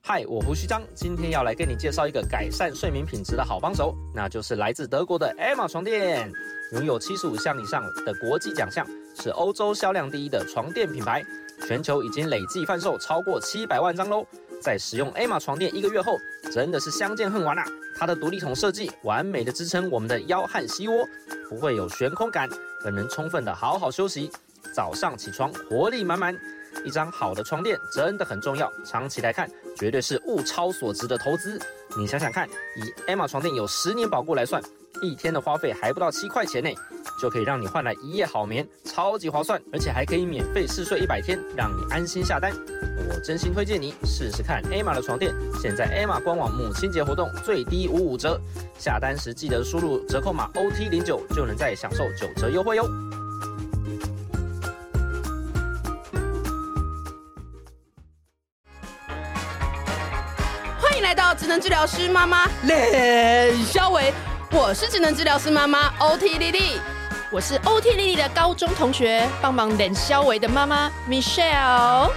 嗨，我胡须章，今天要来跟你介绍一个改善睡眠品质的好帮手，那就是来自德国的 Emma 床垫。拥有75项以上的国际奖项，是欧洲销量第一的床垫品牌，全球已经累计贩售超过700万张喽。在使用 Emma 床垫1个月后，真的是相见恨晚啊！它的独立筒设计完美的支撑我们的腰和膝窝，不会有悬空感，更能充分的好好休息。早上起床活力满满。一张好的床垫真的很重要，长期来看绝对是物超所值的投资。你想想看，以 Emma 床垫有10年保固来算，一天的花费还不到7块钱呢，就可以让你换来1夜好眠，超级划算，而且还可以免费试睡100天，让你安心下单。我真心推荐你试试看 Emma 的床垫，现在 Emma 官网母亲节活动最低55折，下单时记得输入折扣码 OT09 就能再享受9折优惠哟。 欢迎来到职能治疗师妈妈冷肖维，我是职能治疗师妈妈 OT 丽丽，我是 OT 丽丽的高中同学，帮忙冷肖维的妈妈 Michelle。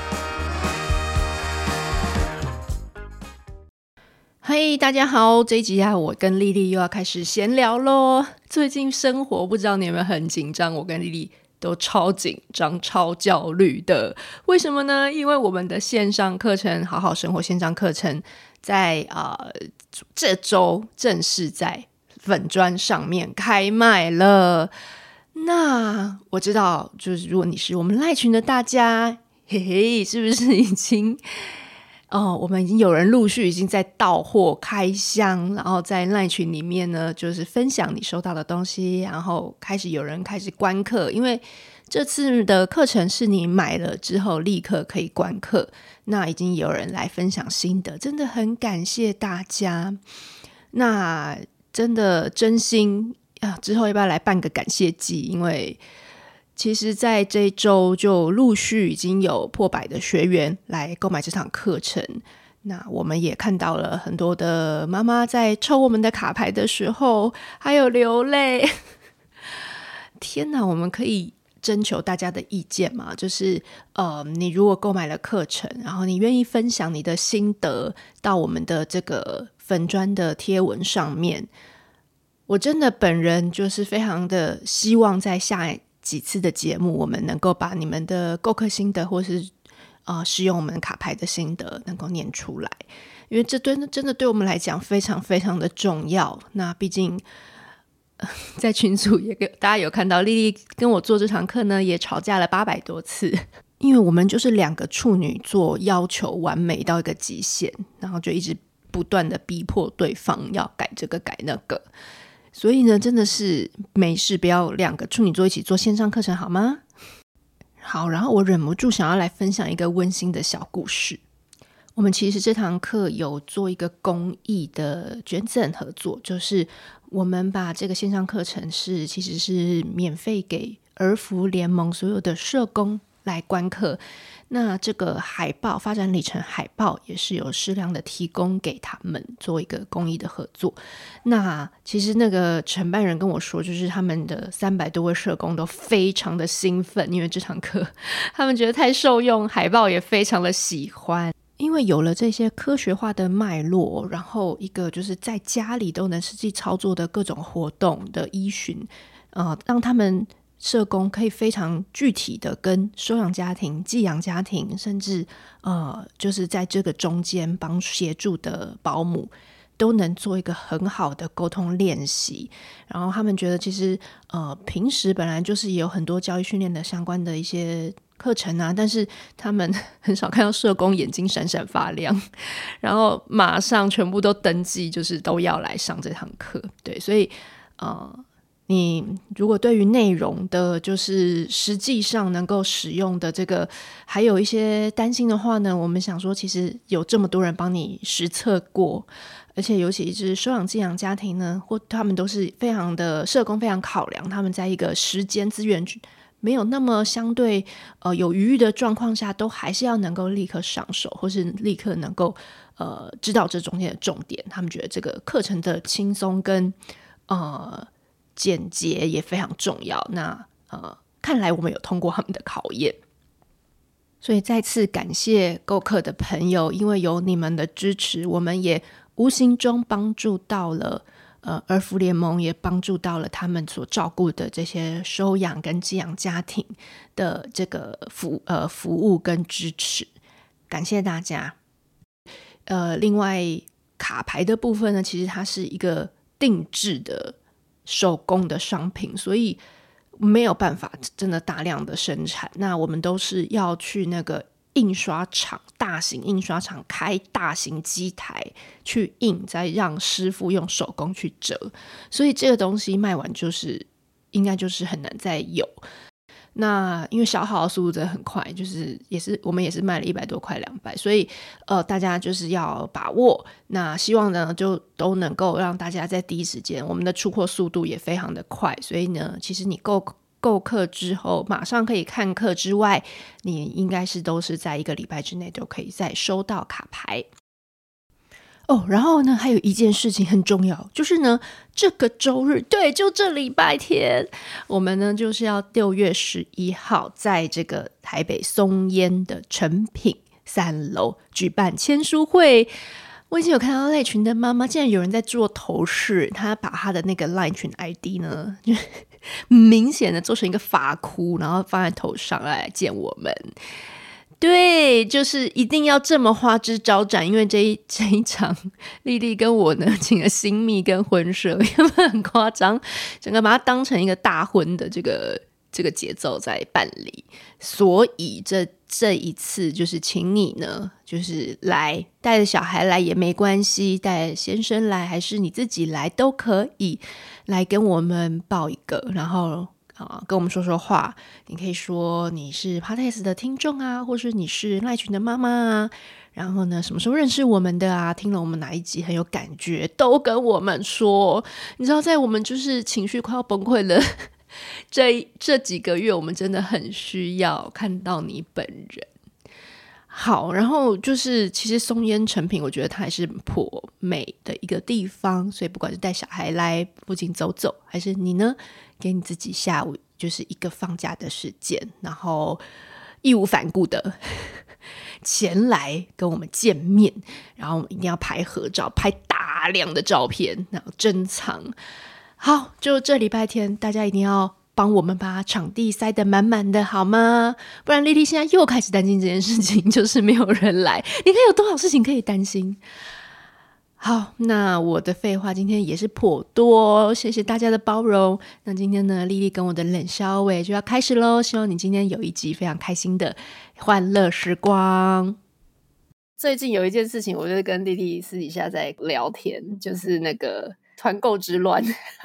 嘿，大家好，这一集我跟丽丽又要开始闲聊咯。最近生活不知道你有没有很紧张，我跟丽丽都超紧张超焦虑的。为什么呢？因为我们的线上课程好好生活线上课程在这周正式在粉专上面开卖了。那我知道就是如果你是我们赖群的大家，嘿嘿，是不是已经我们已经有人陆续已经在到货开箱，然后在赖群里面呢就是分享你收到的东西，然后有人开始观课，因为这次的课程是你买了之后立刻可以观课，那已经有人来分享心得，真的很感谢大家。那真的真心之后要不要来办个感谢祭？因为其实在这一周就陆续已经有破百的学员来购买这堂课程，那我们也看到了很多的妈妈在抽我们的卡牌的时候还有流泪天哪，我们可以征求大家的意见嘛？就是你如果购买了课程，然后你愿意分享你的心得到我们的这个粉专的贴文上面，我真的本人就是非常的希望在下几次的节目我们能够把你们的购课心得或是使用我们卡牌的心得能够念出来，因为这真的对我们来讲非常非常的重要。那毕竟在群组也大家有看到丽丽跟我做这堂课呢也吵架了800多次，因为我们就是2个处女座要求完美到一个极限，然后就一直不断的逼迫对方要改这个改那个，所以呢真的是没事不要2个处女座一起做线上课程好吗？好，然后我忍不住想要来分享一个温馨的小故事。我们其实这堂课有做一个公益的捐赠合作，就是我们把这个线上课程其实是免费给儿福联盟所有的社工来观课，那这个海报发展里程海报也是有适量的提供给他们做一个公益的合作。那其实那个承办人跟我说，就是他们的300多位社工都非常的兴奋，因为这堂课他们觉得太受用，海报也非常的喜欢。因为有了这些科学化的脉络，然后一个就是在家里都能实际操作的各种活动的依循，让他们社工可以非常具体的跟收养家庭、寄养家庭，甚至就是在这个中间帮协助的保姆都能做一个很好的沟通练习。然后他们觉得其实平时本来就是也有很多教育训练的相关的一些课程啊，但是他们很少看到社工眼睛闪闪发亮，然后马上全部都登记，就是都要来上这堂课。对，所以你如果对于内容的就是实际上能够使用的这个还有一些担心的话呢，我们想说其实有这么多人帮你实测过，而且尤其是收养寄养家庭呢，或他们都是非常的社工非常考量他们在一个时间资源没有那么相对有余裕的状况下，都还是要能够立刻上手，或是立刻能够知道这中间的重点。他们觉得这个课程的轻松跟简洁也非常重要。那看来我们有通过他们的考验。 所以再次感谢购课的朋友，因为有你们的支持，我们也无形中帮助到了儿福联盟，也帮助到了他们所照顾的这些收养跟寄养家庭的这个服务跟支持，感谢大家。另外卡牌的部分呢，其实它是一个定制的手工的商品，所以没有办法真的大量的生产，那我们都是要去那个印刷厂，大型印刷厂开大型机台去印，再让师傅用手工去折，所以这个东西卖完应该就是很难再有。那因为消耗的速度真的很快，就是我们也是卖了100多块200，所以大家就是要把握。那希望呢就都能够让大家在第一时间，我们的出货速度也非常的快，所以呢其实你购课之后马上可以看课之外，你应该都是在1个礼拜之内都可以再收到卡牌。然后呢还有一件事情很重要，就是呢这个周日，对，就这礼拜天，我们呢就是要6月11号在这个台北松烟的诚品3楼举办签书会。我已经有看到赖群的妈妈竟然有人在做头饰，她把她的那个赖群 ID 呢就明显的做成一个发箍，然后放在头上来见我们。对，就是一定要这么花枝招展，因为这一场丽丽跟我呢请了新秘跟婚摄，有没有很夸张？整个把它当成一个大婚的这个节奏在办理，所以这一次就是请你呢，就是来带着小孩来也没关系，带先生来还是你自己来都可以，来跟我们报一个，然后跟我们说说话。你可以说你是 Podcast 的听众啊，或是你是赖群的妈妈啊，然后呢什么时候认识我们的啊，听了我们哪一集很有感觉，都跟我们说。你知道在我们就是情绪快要崩溃了这几个月，我们真的很需要看到你本人。好，然后就是其实松烟诚品我觉得它还是颇美的一个地方，所以不管是带小孩来附近走走，还是你呢给你自己下午就是一个放假的时间，然后义无反顾的前来跟我们见面，然后我们一定要拍合照，拍大量的照片，然后珍藏。好，就这礼拜天大家一定要帮我们把场地塞得满满的好吗？不然丽丽现在又开始担心这件事情，就是没有人来。你看有多少事情可以担心。好，那我的废话今天也是颇多，谢谢大家的包容。那今天呢，丽丽跟我的冷笑话就要开始咯，希望你今天有一集非常开心的欢乐时光。最近有一件事情，我就跟丽丽私底下在聊天，就是那个团购之乱。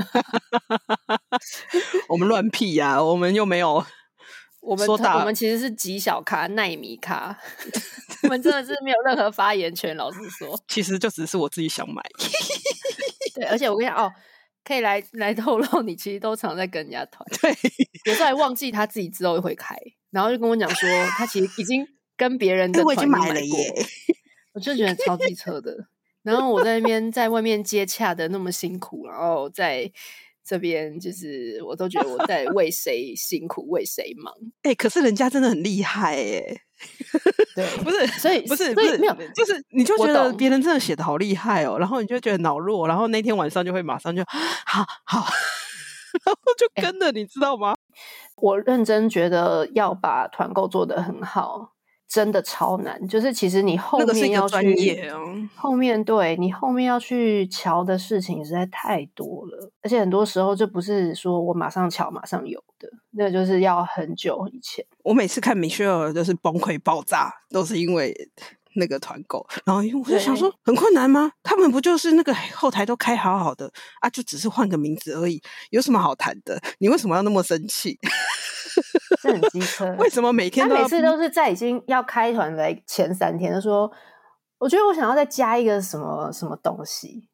我们乱屁啊，我们又没有我们其实是极小咖奈米咖我们真的是没有任何发言权，老实说其实就只是我自己想买对，而且我跟你讲可以来透露，你其实都常在跟人家团， 对， 有时候还忘记他自己之后会开，然后就跟我讲说他其实已经跟别人的团我已经买了耶我就觉得超机车的然后我在那边在外面接洽的那么辛苦，然后在这边就是我都觉得我在为谁辛苦为谁忙可是人家真的很厉害耶对， 不是， 所以没有， 就是你就觉得别人真的写的好厉害哦，然后你就觉得脑弱，然后那天晚上就会马上就好然后就跟了你知道吗？ 我认真觉得要把团购做得很好真的超难，就是其实你后面要去、 那个是一个专业后面对你后面要去瞧的事情实在太多了，而且很多时候就不是说我马上瞧马上有的，那个就是要很久以前。 我每次看 Michelle 就是崩溃爆炸，都是因为那个团购，然后我就想说很困难吗？他们不就是那个后台都开好好的啊，就只是换个名字而已，有什么好谈的？你为什么要那么生气？ 这很机车为什么每天他每次都是在已经要开团的前3天就说我觉得我想要再加一个什么什么东西，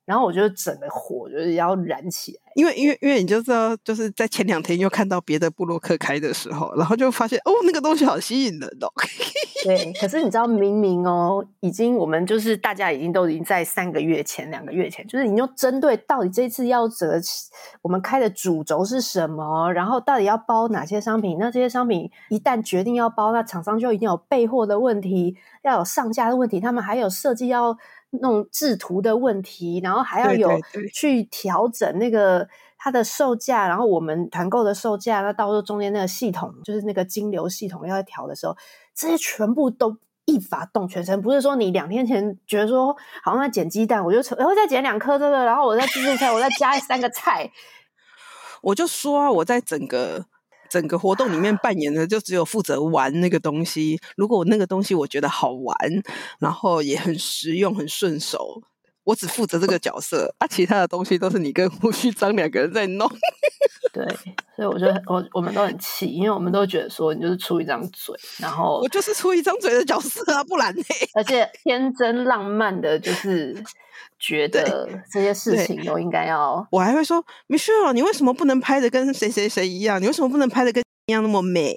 然后我就整个火就是要燃起来。 因为你就知道，就是在前2天又看到别的部落客开的时候，然后就发现那个东西好吸引人哦。 对，可是你知道明明已经我们就是大家已经在3个月前2个月前，就是你就针对到底这次要我们开的主轴是什么，然后到底要包哪些商品，那这些商品一旦决定要包，那厂商就一定有备货的问题，要有上架的问题，他们还有设计要弄制图的问题，然后还要有去调整那个它的售价，然后我们团购的售价，那到时候中间那个系统就是那个金流系统要在调的时候，这些全部都一发动全身。不是说你2天前觉得说好像在捡鸡蛋，我就再捡2颗这个，然后我再自助餐我再加3个菜。 我就说啊，我在整个活动里面扮演的就只有负责玩那个东西。如果那个东西我觉得好玩，然后也很实用很顺手，我只负责这个角色啊，其他的东西都是你跟胡须章2个人在弄。 对，所以我觉得我们都很气，因为我们都觉得说你就是出一张嘴，然后我就是出一张嘴的角色啊，不然呢？ 而且天真浪漫的，就是觉得这些事情都应该要。 我还会说 Michelle， 你为什么不能拍的跟谁谁谁一样？你为什么不能拍的跟一样那么美？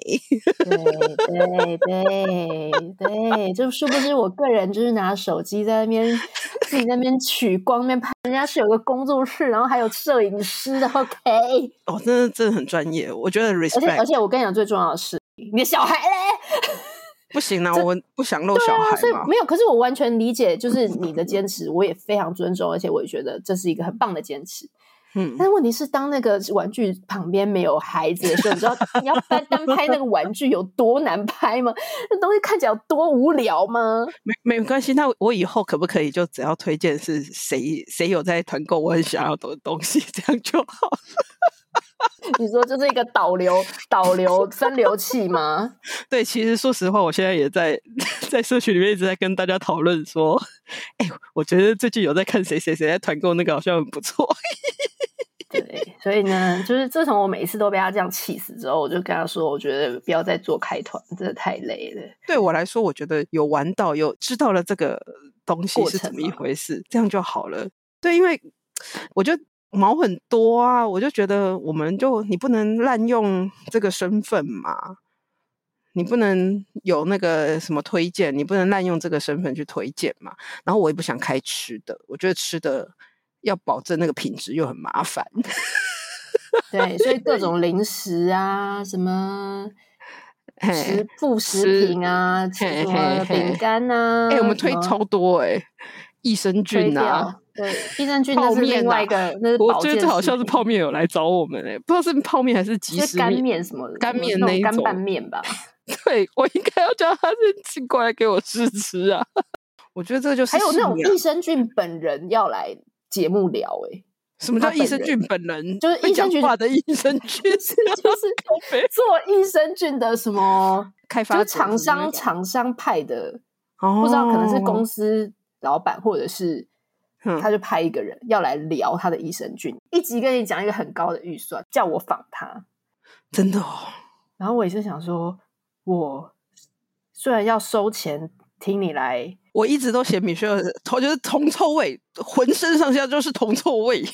对，就殊不知我个人就是拿手机在那边自己在那边取光，那边拍，人家是有个工作室，然后还有摄影师的。OK， 真的很专业，我觉得 respect。 而且我跟你讲，最重要的是你的小孩嘞。 不行啊，我不想露小孩嘛。 所以没有，可是我完全理解，就是你的坚持，我也非常尊重，而且我也觉得这是一个很棒的坚持。但问题是，当那个玩具旁边没有孩子的时候，你知道你要单拍那个玩具有多难拍吗？那东西看起来有多无聊吗？ 没关系，那我以后可不可以就只要推荐是谁有在团购我很想要的东西，这样就好了。 你说就是一个导流分流器吗？ 对，其实说实话，我现在也在社群里面一直在跟大家讨论说，我觉得最近有在看谁在团购，那个好像很不错。 对，所以呢，就是自从我每一次都被他这样气死之后，我就跟他说，我觉得不要再做开团，真的太累了。 对我来说，我觉得有玩到，有知道了这个东西是怎么一回事，这样就好了。对，因为我觉得毛很多啊，我就觉得你不能滥用这个身份嘛，你不能有那个什么推荐，你不能滥用这个身份去推荐嘛。然后我也不想开吃的，我觉得吃的要保证那个品质又很麻烦。 对，所以各种零食啊，什么副食品啊，什么饼干啊， 我们推超多益生菌啊。 对，益生菌那是另外一个，那是保健食品。 我觉得这好像是泡面有来找我们不知道是泡面还是即食干面什么的， 干面那一种干拌面吧。 对，我应该要叫他请过来给我试吃啊。我觉得这就是还有那种益生菌本人要来节目聊什么叫益生菌本人？ 就是益生菌话的益生菌， 就是做益生菌的什么开发者， 就是厂商派的，不知道可能是公司老板或者是。他就派一个人要来聊他的益生菌，一集跟你讲一个很高的预算，叫我访他， 真的然后我也是想说，我虽然要收钱听你来， 我一直都嫌Michelle就是铜臭味，浑身上下就是铜臭味。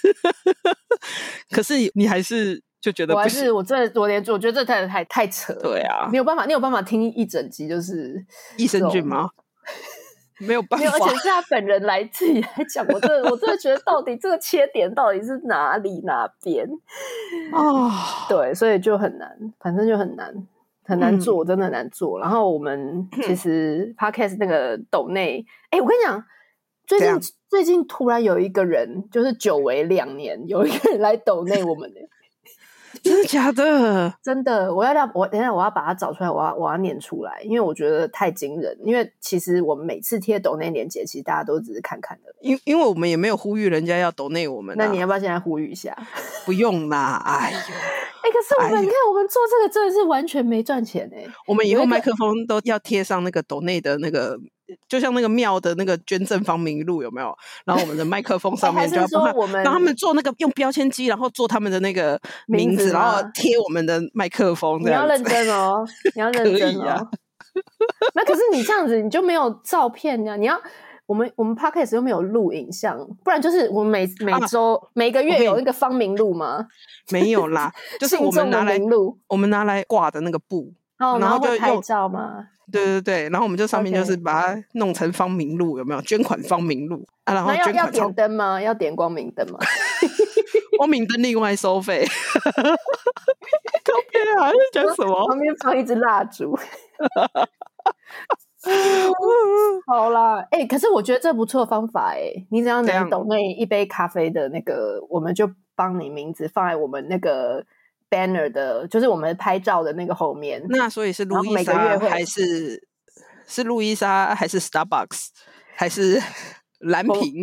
可是你还是就觉得不行， 我觉得这太扯了。 对啊， 你有办法听一整集就是益生菌吗？没有办法， 而且是他本人来自己来讲，我真的觉得到底这个切点到底是哪边对，所以就很难，反正就很难做，真的很难做。然后我们其实 podcast 那个抖内，我跟你讲，最近突然有一个人，就是久违2年，有一个人来抖内我们真的假的？ 真的，等一下我要把它找出来，我要念出来，因为我觉得太惊人。因为其实我们每次贴抖内连结，其实大家都只是看看的， 因为我们也没有呼吁人家要抖内我们。 那你要不要现在呼吁一下？ 不用啦，哎呦。 可是你看我们做这个真的是完全没赚钱我们以后麦克风都要贴上那个抖内的那个，就像那个庙的那个捐赠方明录有没有？然后我们的麦克风上面就要让他们做那个用标签机，然后做他们的那个名字，然后贴我们的麦克风。 你要认真哦，你要认真哦。那可是你这样子你就没有照片呀，你要我们 podcast 又没有录影像，不然就是我们每周、每个月有一个芳名录吗？ 没有啦，就是我们拿来挂的那个布， 然后就会拍照吗？ 对对对，然后我们就上面就是把它弄成芳名录，有没有捐款芳名录啊？然后捐款要点灯吗？要点光明灯吗？ 光明灯另外收费。靠北啊，在讲什么？ 旁边放一支蜡烛。好啦，可是我觉得这不错的方法你只要能懂那一杯咖啡的那个，我们就帮你名字放在我们那个 banner 的，就是我们拍照的那个后面。 那所以是路易莎还是路易莎还是 Starbucks 还是蓝瓶？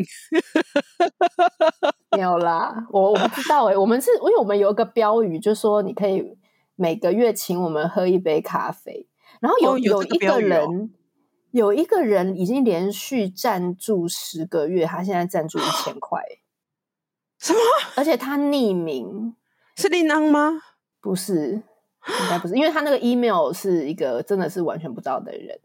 没有啦，我不知道我们是因为我们有一个标语，就说你可以每个月请我们喝一杯咖啡，然后有一个人。有一个人已经连续赞助10个月，他现在赞助1000块。 什么？ 而且他匿名， 是林安吗？ 不是，应该不是，因为他那个 email 是一个真的是完全不知道的人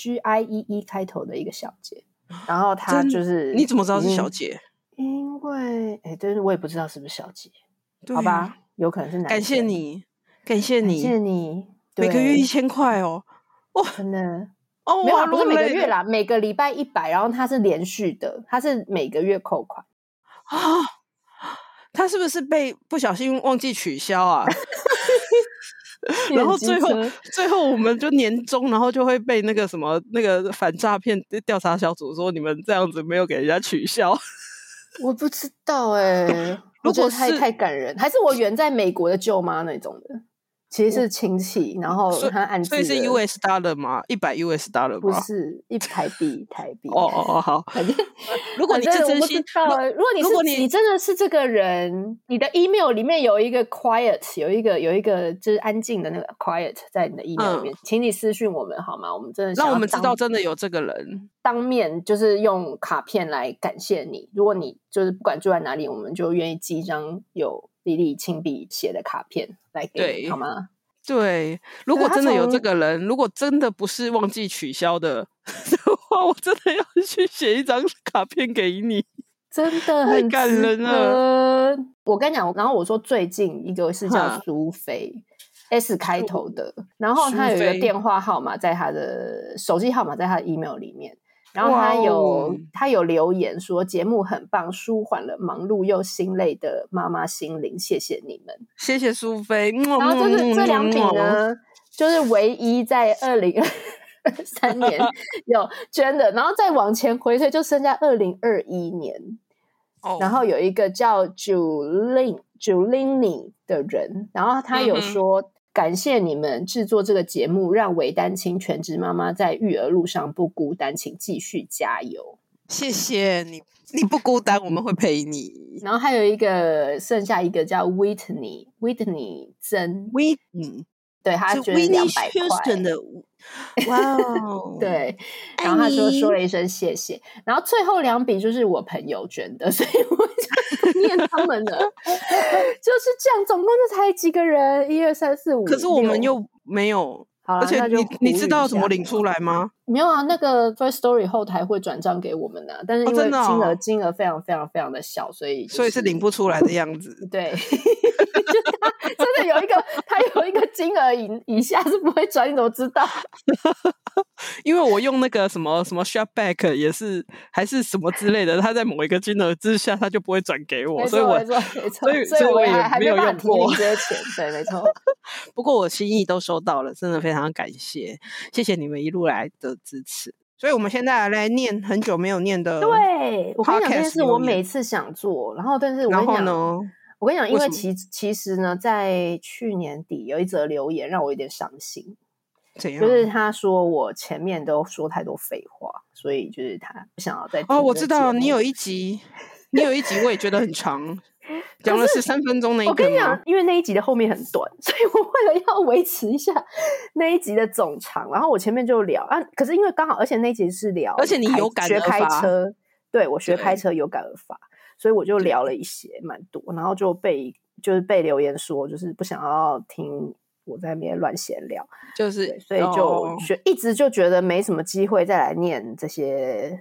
，GIEE 开头的一个小姐。然后他就是你怎么知道是小姐？ 因为但是我也不知道是不是小姐，好吧，有可能是男生。 感谢你，感谢你， 每个月1000块哦，哇， 真的。 哦， 没有，不是每个月啦，每个礼拜100，然后它是连续的，它是每个月扣款啊。他是不是被不小心忘记取消啊？然后最后我们就年终，然后就会被那个什么那个反诈骗调查小组说你们这样子没有给人家取消。 我不知道我觉得太感人，还是我远在美国的舅妈那种的。其实是亲戚，然后他暗自， 所以是 US dollar 吗？100 US dollar 吗？ 不是1台币。 哦，好。如果你是真心， 如果你真的是这个人，你的 email 里面有一个 quiet， 有一个就是安静的那个 quiet 在你的 email 里面，请你私讯我们好吗？我们真的想让我们知道真的有这个人， 当面就是用卡片来感谢你。如果你就是不管住在哪里，我们就愿意寄一张有莉莉亲笔写的卡片来给你，好吗？ 对，如果真的有这个人，如果真的不是忘记取消的话，我真的要去写一张卡片给你， 真的很太感人了。 我跟你讲，然后我说最近一个是叫苏菲，S 开头的，然后他有一个电话号码在他的手机号码在他的 email 里面。然后他有留言说节目很棒，舒缓了忙碌又心累的妈妈心灵，谢谢你们， 谢谢苏菲。 然后这两笔呢，就是唯一在2023年有捐的，然后再往前回推就剩下2021年。然后有一个叫 Julini 的人，然后他有说。感谢你们制作这个节目，让伪单亲全职妈妈在育儿路上不孤单，请继续加油。 谢谢你，你不孤单，我们会陪你。 然后还有剩下一个叫 Whitney 曾 Whitney， 对，他捐200块的，哇哦， 对，然后他说了一声谢谢，然后最后2笔就是我朋友捐的，所以我就不念他们了。就是这样，总共就才几个人，1、2、3、4、5， 可是我们又没有。而且你知道怎么领出来吗？ 没有啊，那个 First Story 后台会转账给我们的，但是因为金额非常非常非常的小，所以是领不出来的样子。 对，就他真的有一个金额以下是不会转，你怎么知道？ 因为我用那个什么 Shopback 也是还是什么之类的，他在某一个金额之下他就不会转给我，所以我也没有用过这些钱。对，没错。 不过我心意都收到了，真的非常感谢，谢谢你们一路来的支持。所以我们现在来念很久没有念的。 对，我跟你讲，这件事我每次想做，然后但是我跟你讲，因为其实呢，在去年底有一则留言让我有点伤心。 怎样？ 就是他说我前面都说太多废话，所以就是他不想要再听。 我知道你有一集我也觉得很长，讲了13分钟那一个。 我跟你讲，因为那一集的后面很短，所以我为了要维持一下那一集的总长，然后我前面就聊啊。可是因为刚好，而且那一集是聊， 而且你有感而发， 学开车，对，我学开车有感而发，所以我就聊了一些蛮多，然后就被留言说，就是不想要听我在那边乱闲聊， 就是所以就一直就觉得没什么机会再来念这些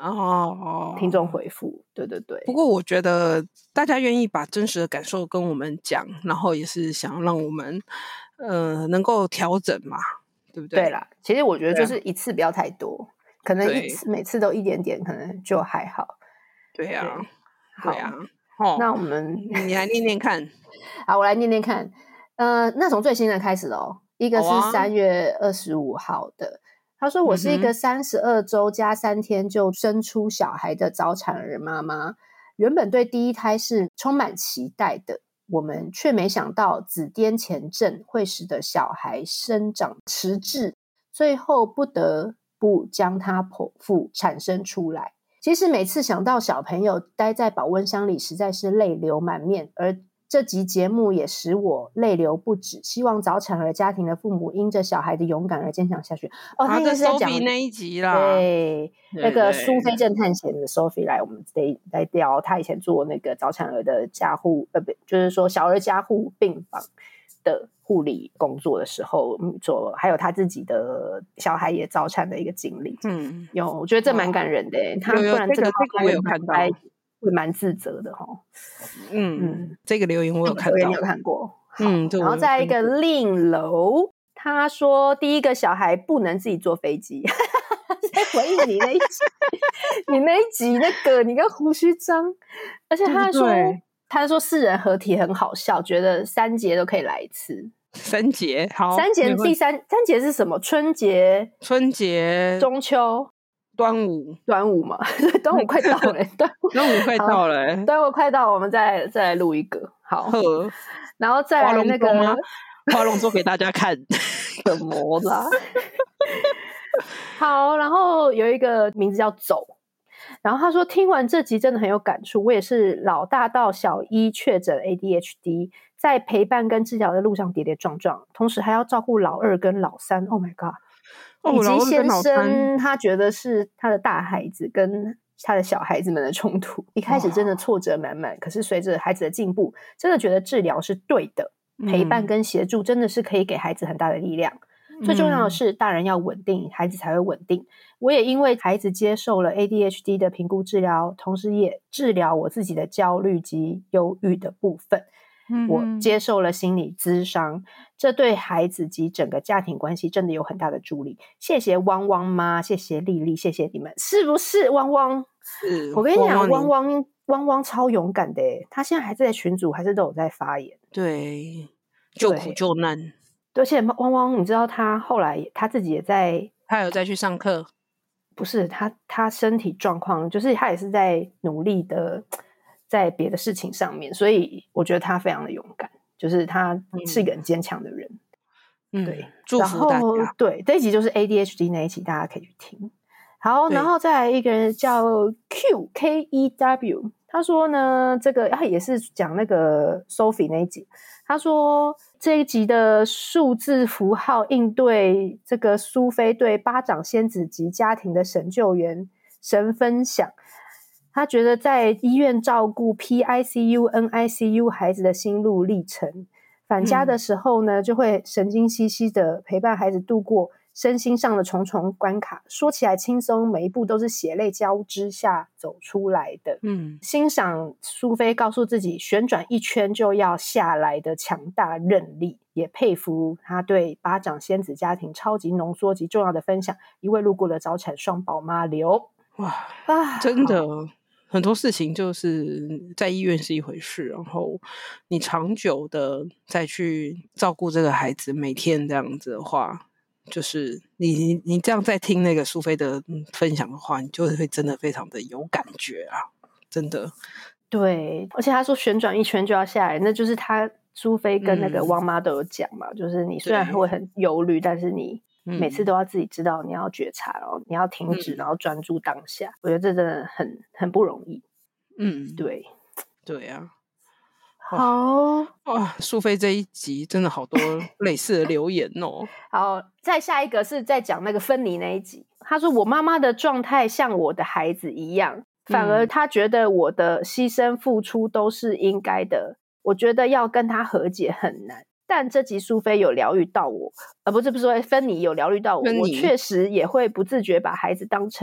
听众回复。对对对。 不过我觉得大家愿意把真实的感受跟我们讲，然后也是想让我们能够调整嘛，对不对？ 对啦，其实我觉得就是一次不要太多，可能每次都一点点，可能就还好。 对啊， 好对啊。 那我们你来念念看。 好，我来念念看。那从最新的开始哦，一个是3月25号的。他说我是一个32周加3天就生出小孩的早产儿妈妈，原本对第一胎是充满期待的，我们却没想到子癫前症会使得小孩生长迟滞，最后不得不将他剖腹产生出来。其实每次想到小朋友待在保温箱里，实在是泪流满面，而这集节目也使我泪流不止，希望早产儿家庭的父母因着小孩的勇敢而坚强下去。他应该是在讲那一集啦， 对，那个苏菲正探险的 Sophie 来我们来聊他以前做那个早产儿的加护就是说小儿加护病房的护理工作的时候做，还有他自己的小孩也早产的一个经历。我觉得这蛮感人的他不然这个我有看到， 会蛮自责的这个留言我有看到， 有看过。然后在一个令楼，他说第一个小孩不能自己坐飞机，在回应你那一集，你那一集那个你跟胡须章，而且他说4人合体很好笑，觉得3节都可以来一次。 3节好 ，3节第三节是什么？春节、中秋。 端午嘛，端午快到了，端午快到了， 端午快到，我们再来录一个，好，然后再来那个划龙舟给大家看， 什么啦？好，然后有一个名字叫走，然后他说听完这集真的很有感触，我也是老大到小一确诊 ADHD， 在陪伴跟治疗的路上跌跌撞撞，同时还要照顾老2跟老3 ，Oh my god。以及先生他觉得是他的大孩子跟他的小孩子们的冲突，一开始真的挫折满满，可是随着孩子的进步，真的觉得治疗是对的，陪伴跟协助真的是可以给孩子很大的力量。最重要的是大人要稳定，孩子才会稳定。我也因为孩子接受了 ADHD 的评估治疗，同时也治疗我自己的焦虑及忧郁的部分，我接受了心理咨商，这对孩子及整个家庭关系真的有很大的助力。谢谢汪汪妈，谢谢丽丽，谢谢你们，是不是汪汪？我跟你讲，汪汪超勇敢的耶，他现在还在群组，还是都有在发言， 对，救苦救难。 对，而且汪汪，你知道他后来他自己也在， 他有再去上课， 不是他身体状况，就是他也是在努力的。在别的事情上面，所以我觉得他非常的勇敢，就是他是一个很坚强的人。对， 祝福大家。 对，这一集就是 ADHD 那一集，大家可以去听。好，然后再来一个人叫 QKEW， 他说呢，这个他也是讲那个 Sophie 那一集，他说这一集的数字符号应对这个苏菲对巴掌仙子及家庭的神救援神分享。他觉得在医院照顾 PICU、NICU 孩子的心路历程，返家的时候呢，就会神经兮兮的陪伴孩子度过身心上的重重关卡。说起来轻松，每一步都是血泪交织下走出来的。欣赏苏菲告诉自己旋转一圈就要下来的强大韧力，也佩服他对巴掌仙子家庭超级浓缩及重要的分享。一位路过的早产双宝妈刘， 哇，真的。很多事情就是在医院是一回事，然后你长久的再去照顾这个孩子，每天这样子的话，就是你这样在听那个苏菲的分享的话，你就会真的非常的有感觉啊，真的。 对，而且他说旋转一圈就要下来，那就是他苏菲跟那个汪妈都有讲嘛，就是你虽然会很忧虑，但是你每次都要自己知道你要觉察，然后你要停止，然后专注当下。我觉得这真的很不容易。对啊。好哇，苏菲这一集真的好多类似的留言哦。 好，再下一个是在讲那个芬妮那一集，他说我妈妈的状态像我的孩子一样，反而他觉得我的牺牲付出都是应该的，我觉得要跟他和解很难。但这集苏菲有疗愈到我，不是说芬妮有疗愈到我，我确实也会不自觉把孩子当成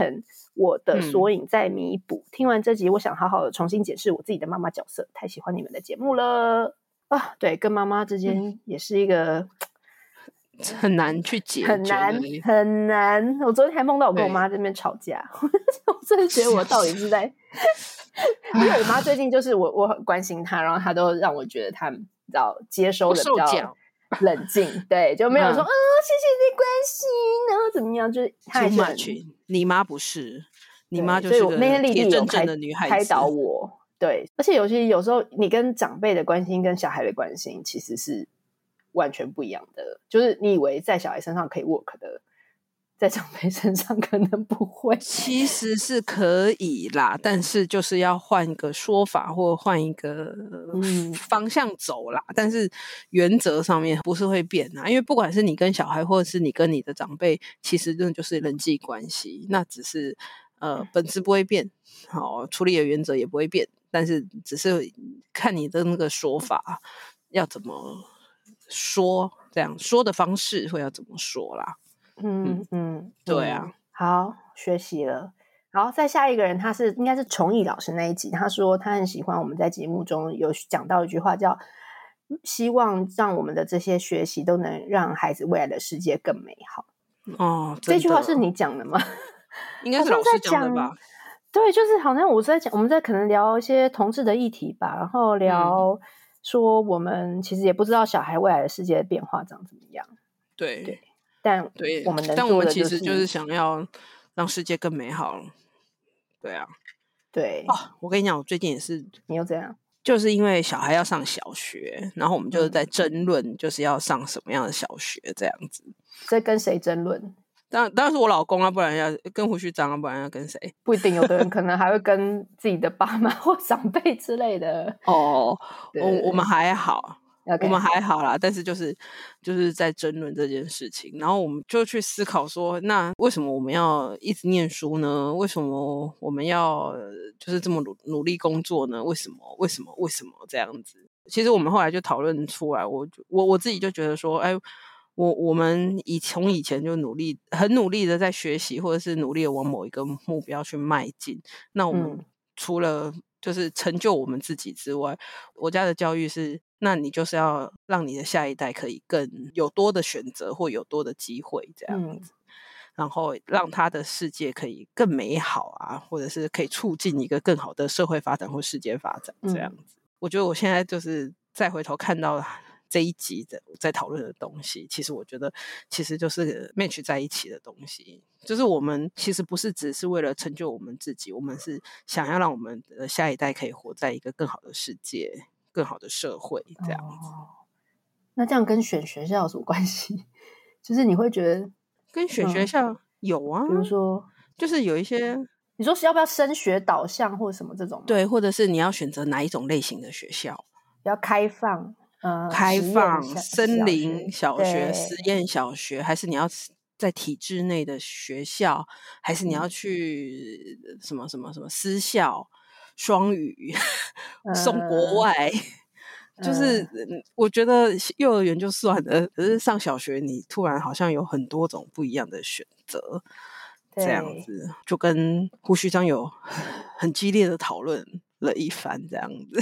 我的缩影在弥补。听完这集，我想好好的重新检视我自己的妈妈角色，太喜欢你们的节目了啊！对，跟妈妈之间也是一个很难去解决， 很难。我昨天还梦到我跟我妈在那边吵架，我真的觉得我到底是在因为我妈最近就是我很关心她，然后她都让我觉得她比较接收的比较冷静，对，就没有说谢谢你关心，然后怎么样，就是她还是很你妈不是，你妈就是个铁铮铮的女孩子， 开导我。对，而且有时候你跟长辈的关心跟小孩的关心其实是完全不一样的，就是你以为在小孩身上可以 work 的，在长辈身上可能不会。 其实是可以啦，但是就是要换一个说法或换一个方向走啦，但是原则上面不是会变啊，因为不管是你跟小孩或者是你跟你的长辈，其实真的就是人际关系，那只是本质不会变，好，处理的原则也不会变，但是只是看你的那个说法要怎么说，这样说的方式会要怎么说啦。对啊， 好，学习了。好，再下一个人，他应该是崇义老师那一集，他说他很喜欢我们在节目中有讲到一句话，叫希望让我们的这些学习都能让孩子未来的世界更美好。 哦， 这句话是你讲的吗？ 应该是老师讲的吧？ 对，就是好像我们在可能聊一些同志的议题吧，然后聊说我们其实也不知道小孩未来的世界的变化长怎么样。 对。 但我们能做的、就是、 但我们其实就是想要让世界更美好。对啊， 对我跟你讲，我最近也是， 你又这样， 就是因为小孩要上小学，然后我们就是在争论，就是要上什么样的小学这样子。 在跟谁争论？ 当然是我老公啊，不然要跟胡须章啊，不然要跟谁？ 不一定，有的人可能还会跟自己的爸妈或长辈之类的。 我们还好。 Okay. 我们还好啦，但是就是在争论这件事情，然后我们就去思考说，那为什么我们要一直念书呢？为什么我们要就是这么努力工作呢？为什么这样子？其实我们后来就讨论出来，我自己就觉得说，我们从以前就很努力的在学习，或者是努力的往某一个目标去迈进。那我们除了就是成就我们自己之外，我家的教育是，那你就是要让你的下一代可以更有多的选择或有多的机会这样子，然后让他的世界可以更美好啊，或者是可以促进一个更好的社会发展或世界发展这样子。我觉得我现在就是再回头看到这一集的在讨论的东西，其实我觉得其实就是 match 在一起的东西，就是我们其实不是只是为了成就我们自己，我们是想要让我们的下一代可以活在一个更好的世界，更好的社会这样子。 那这样跟选学校有什么关系？就是你会觉得跟选学校有啊， 比如说就是有一些你说是要不要升学导向或什么这种吗？ 对，或者是你要选择哪一种类型的学校， 比较开放森林小学、实验小学，还是你要在体制内的学校，还是你要去什么私校、双语、送国外？就是我觉得幼儿园就算了，可是上小学你突然好像有很多种不一样的选择，这样子就跟胡须章有很激烈的讨论了一番这样子。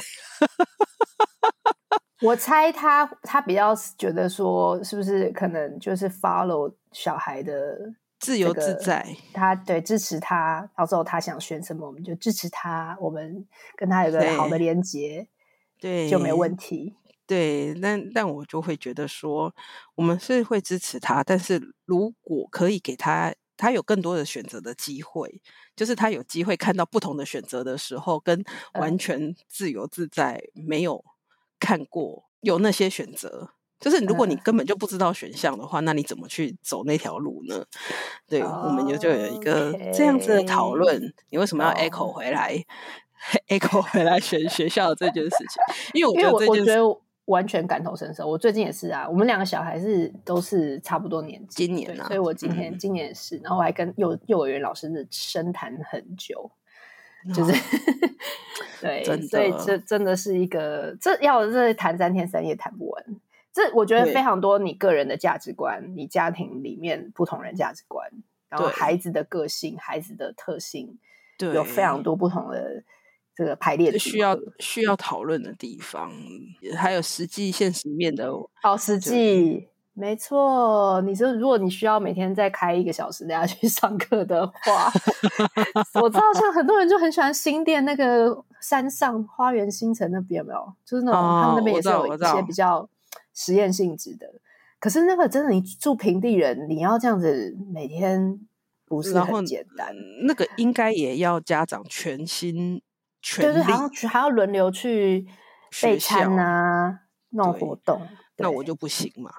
我猜他比较觉得说，是不是可能就是 follow 小孩的自由自在， 他对支持他，到时候他想选什么，我们就支持他，我们跟他有个好的连结， 对， 就没问题。 对，但我就会觉得说，我们是会支持他，但是如果可以给他有更多的选择的机会，就是他有机会看到不同的选择的时候，跟完全自由自在没有看过有那些选择，就是如果你根本就不知道选项的话，那你怎么去走那条路呢？对，我们就有一个这样子的讨论，你为什么要 echo 回来？echo 回来选学校这件事情，因为我觉得完全感同身受。我最近也是啊，我们两个小孩都是差不多年纪， 今年啊， 所以我今年也是，然后我还跟幼儿园老师深谈很久，就是对，所以这真的是一个这谈3天3夜谈不完。这我觉得非常多你个人的价值观，你家庭里面不同人价值观， 然后对孩子的个性、孩子的特性， 对， 有非常多不同的这个排列组合。 需要讨论的地方，还有实际现实面的。 实际没错。你说如果你需要每天再开1个小时大家去上课的话我知道像很多人就很喜欢新店那个山上花园新城那边，有没有？就是那种他们那边也是有一些比较实验性质的。可是那个真的，你住平地人，你要这样子每天不是很简单。 那个应该也要家长全力， 就是还要轮流去备餐啊，那种活动。 那我就不行嘛。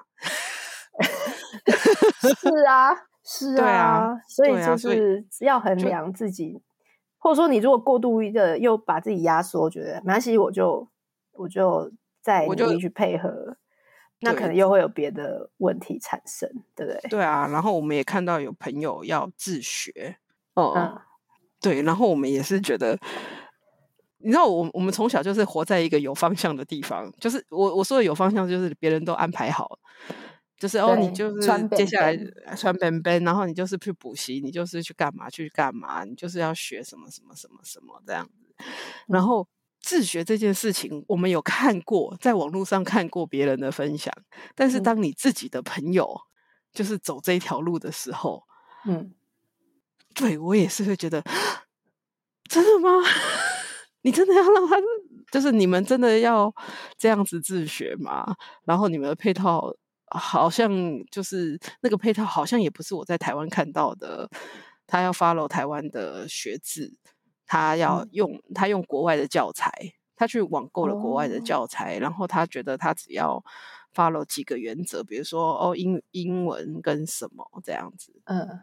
是啊，是啊，所以就是要衡量自己，或者说你如果过度的又把自己压缩，觉得没关系，我就再努力去配合，那可能又会有别的问题产生，对不对？ 对啊，然后我们也看到有朋友要自学，对，然后我们也是觉得。你知道我们从小就是活在一个有方向的地方，就是我说的有方向，就是别人都安排好，就是你就是接下来穿本本，然后你就是去补习，你就是去干嘛，你就是要学什么什么什么什么这样子。然后自学这件事情，我们有看过，在网络上看过别人的分享，但是当你自己的朋友就是走这条路的时候，对我也是会觉得，真的吗？你真的要让他，就是你们真的要这样子自学吗？然后你们的配套好像就是那个配套好像也不是我在台湾看到的，他要 follow 台湾的学制，他用国外的教材，他去网购了国外的教材，然后他觉得他只要 follow 几个原则，比如说英文跟什么这样子，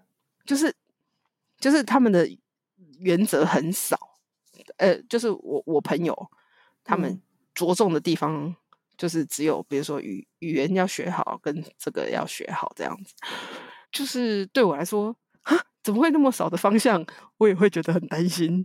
就是他们的原则很少。就是我朋友他们着重的地方就是只有比如说语言要学好跟这个要学好这样子，就是对我来说怎么会那么少的方向，我也会觉得很担心。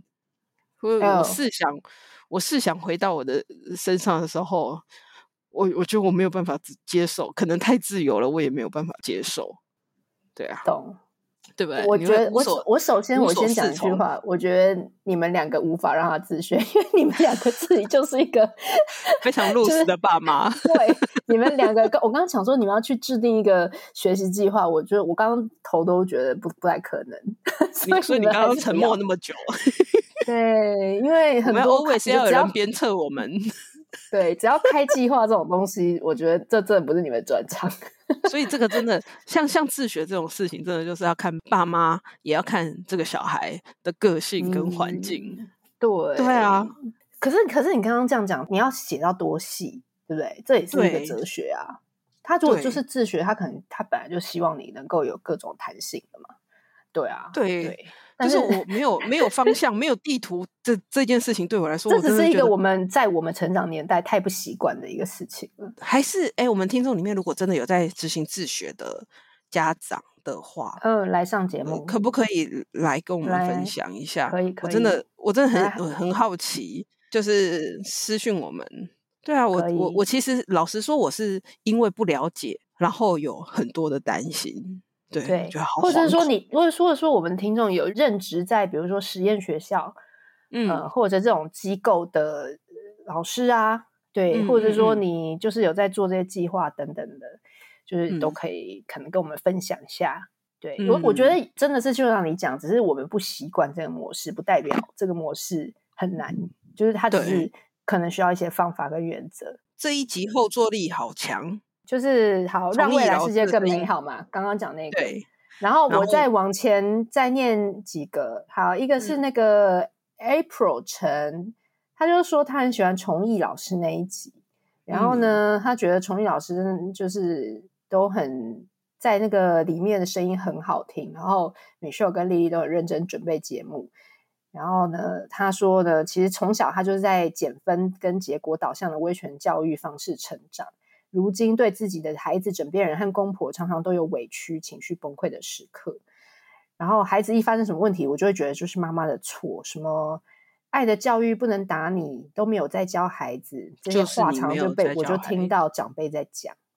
我试想回到我的身上的时候，我觉得我没有办法接受，可能太自由了，我也没有办法接受。对啊， 懂。 对不对？ 我觉得我首先先讲一句话，我觉得你们2个无法让他自学，因为你们2个自己就是一个非常入时的爸妈。 对，你们2个，我刚刚想说你们要去制定一个学习计划，我觉得我刚刚头都觉得不太可能。 所以你刚刚沉默那么久。 对，因为很多我们 always 要有人鞭策我们。 对，只要开计划这种东西，我觉得这真的不是你们专长。 所以这个真的像自学这种事情，真的就是要看爸妈，也要看这个小孩的个性跟环境。对啊。 可是你刚刚这样讲，你要写到多细，对不对？这也是一个哲学啊。他如果就是自学，他可能他本来就希望你能够有各种弹性的嘛。对啊，对。 就是我没有方向，没有地图，这件事情对我来说， 这只是一个我们在我们成长年代太不习惯的一个事情了。 还是我们听众里面如果真的有在执行自学的家长的话， 来上节目， 可不可以来跟我们分享一下？ 可以， 我真的很好奇，就是私讯我们。对啊，我其实老实说，我是因为不了解，然后有很多的担心。对， 或者说我们听众有任职在比如说实验学校，或者这种机构的老师啊，对，或者说你就是有在做这些计划等等的，就是都可以可能跟我们分享一下。对，我觉得真的是就像你讲，只是我们不习惯这个模式，不代表这个模式很难，就是它只是可能需要一些方法跟原则。 这一集后坐力好强。 就是好让未来世界更美好嘛，刚刚讲那个。对，然后我再往前再念几个。好，一个是那个 April 陈，他就说他很喜欢崇义老师那一集，然后呢，他觉得崇义老师就是都很在那个里面的声音很好听，然后Michelle跟莉莉都很认真准备节目。然后呢，他说呢，其实从小他就是在减分跟结果导向的威权教育方式成长。如今对自己的孩子、枕边人和公婆常常都有委屈、情绪崩溃的时刻。然后孩子一发生什么问题，我就会觉得就是妈妈的错，什么爱的教育不能打你，都没有在教孩子，这些话常就我就听到长辈在讲。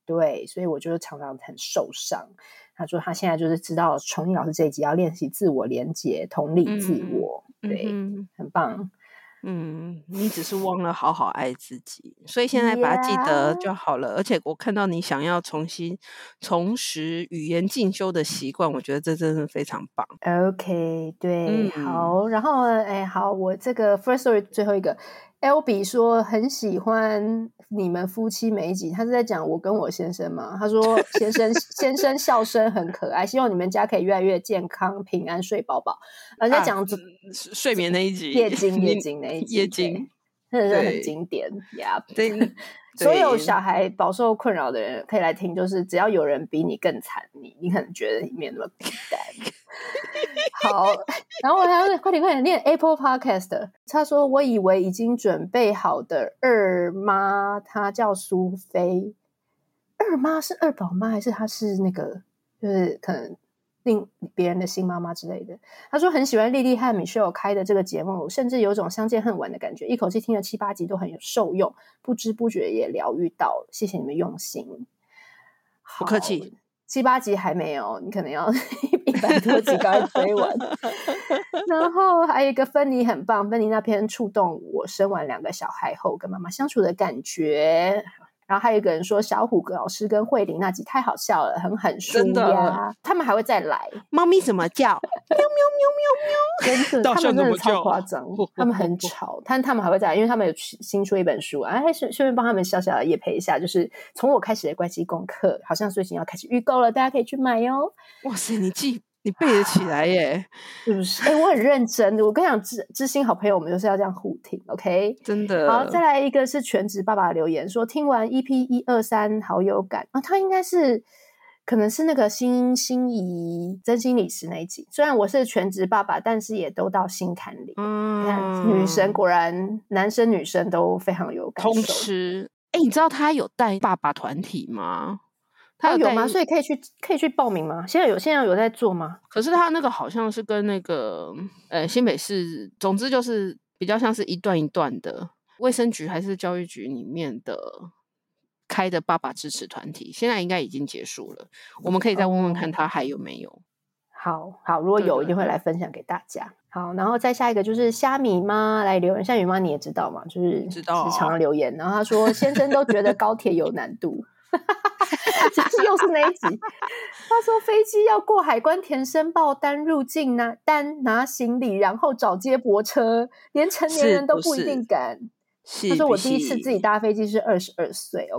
对，所以我就常常很受伤。他说他现在就是知道崇义老师这一集要练习自我连结、同理自我，对，很棒。 你只是忘了好好爱自己，所以现在把它记得就好了。而且我看到你想要重拾语言进修的习惯，我觉得这真的非常棒。 OK， 对，好，然后好，我这个 first story 最后一个 L B 说很喜欢你们夫妻每一集，他是在讲我跟我先生嘛，他说先生笑声很可爱，希望你们家可以越来越健康平安睡饱饱。在讲睡眠那一集， 夜惊那一集， 夜惊真的是很经典呀。 对， 所有小孩饱受困扰的人可以来听，就是只要有人比你更惨，你可能觉得里面那么孤单。好，然后我还要快点念 Apple Podcast。他说我以为已经准备好的二妈，她叫苏菲。二妈是二宝妈还是她是那个就是可能令别人的新妈妈之类的？他说很喜欢莉莉和 Michelle 开的这个节目，甚至有种相见恨晚的感觉，一口气听了7、8集都很有受用，不知不觉也疗愈到，谢谢你们用心。 不客气。 7、8集还没有，你可能要100多集赶快追完。然后还有一个芬妮很棒，芬妮那篇触动我生完2个小孩后跟妈妈相处的感觉。然后还有一个人说小虎老师跟慧玲那集太好笑了，很舒压，他们还会再来。 猫咪怎么叫？喵喵喵喵喵， 真的，他们真的超夸张，他们很吵，但他们还会再来，因为他们有新出一本书，顺便帮他们小小的业配一下，就是从我开始的关系功课，好像最近要开始预购了，大家可以去买哟。 哇塞，你背得起来耶， 是不是？我很认真的。我跟你讲，知心好朋友，我们就是要这样互听 ，OK？ 真的。 好，再来一个是全职爸爸的留言，说听完 EP 123好有感啊，他应该是可能是那个心仪真心理师那一集。虽然我是全职爸爸，但是也都到心坎里。你看，女生果然男生女生都非常有感受。 通吃。你知道他有带爸爸团体吗？ 他有吗？所以可以去报名吗？现在有在做吗？ 可是他那个好像是跟那个新北市，总之就是比较像是一段一段的卫生局还是教育局里面的开的爸爸支持团体，现在应该已经结束了。我们可以再问问看他还有没有。 好，如果有一定会来分享给大家。好，然后再下一个就是虾米妈来留言，虾米妈你也知道嘛，就是知道时常留言，然后他说先生都觉得高铁有难度。就是又是那一集，他说飞机要过海关填申报单入境拿行李，然后找接驳车，连成年人都不一定敢。他说我第一次自己搭飞机是22岁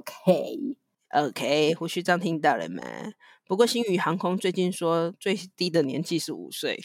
OK， 胡须章听到了吗？不过星宇航空最近说最低的年纪是5岁。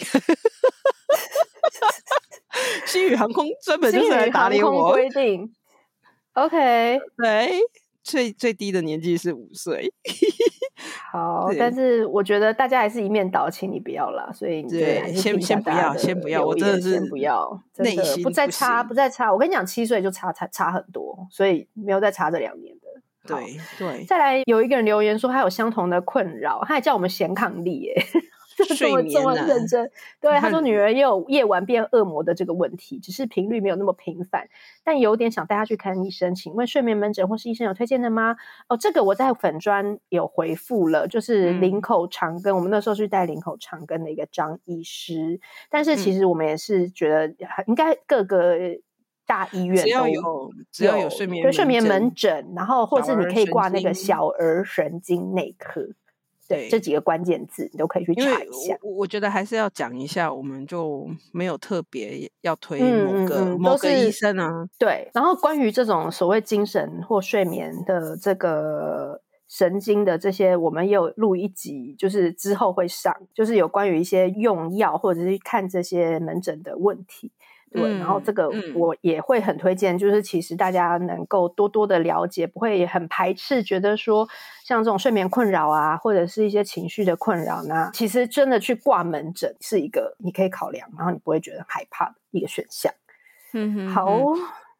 星宇航空专门就是来打脸我。 规定 OK， 对。最低的年纪是5岁。 好，但是我觉得大家还是一面倒，请你不要啦。所以对，先不要，我真的是先不要， 内心不再差。我跟你讲，7岁就差很多，所以没有再差这2年的。 对。 再来有一个人留言说他有相同的困扰，他还叫我们显抗力耶。 睡眠这么认真，对，他说女儿也有夜晚变恶魔的这个问题，只是频率没有那么频繁，但有点想带她去看医生。请问睡眠门诊或是医生有推荐的吗？这个我在粉专有回复了，就是林口长庚，我们那时候去带林口长庚的一个张医师，但是其实我们也是觉得应该各个大医院只要有睡眠门诊，然后或是你可以挂那个小儿神经内科。对，这几个关键字你都可以去查一下。 我觉得还是要讲一下，我们就没有特别要推某个医生啊。 对，然后关于这种所谓精神或睡眠的这个神经的这些，我们也有录一集，就是之后会上，就是有关于一些用药或者是看这些门诊的问题。对，然后这个我也会很推荐，就是其实大家能够多多的了解，不会很排斥，觉得说像这种睡眠困扰啊，或者是一些情绪的困扰呢，其实真的去挂门诊是一个你可以考量，然后你不会觉得害怕的一个选项。好，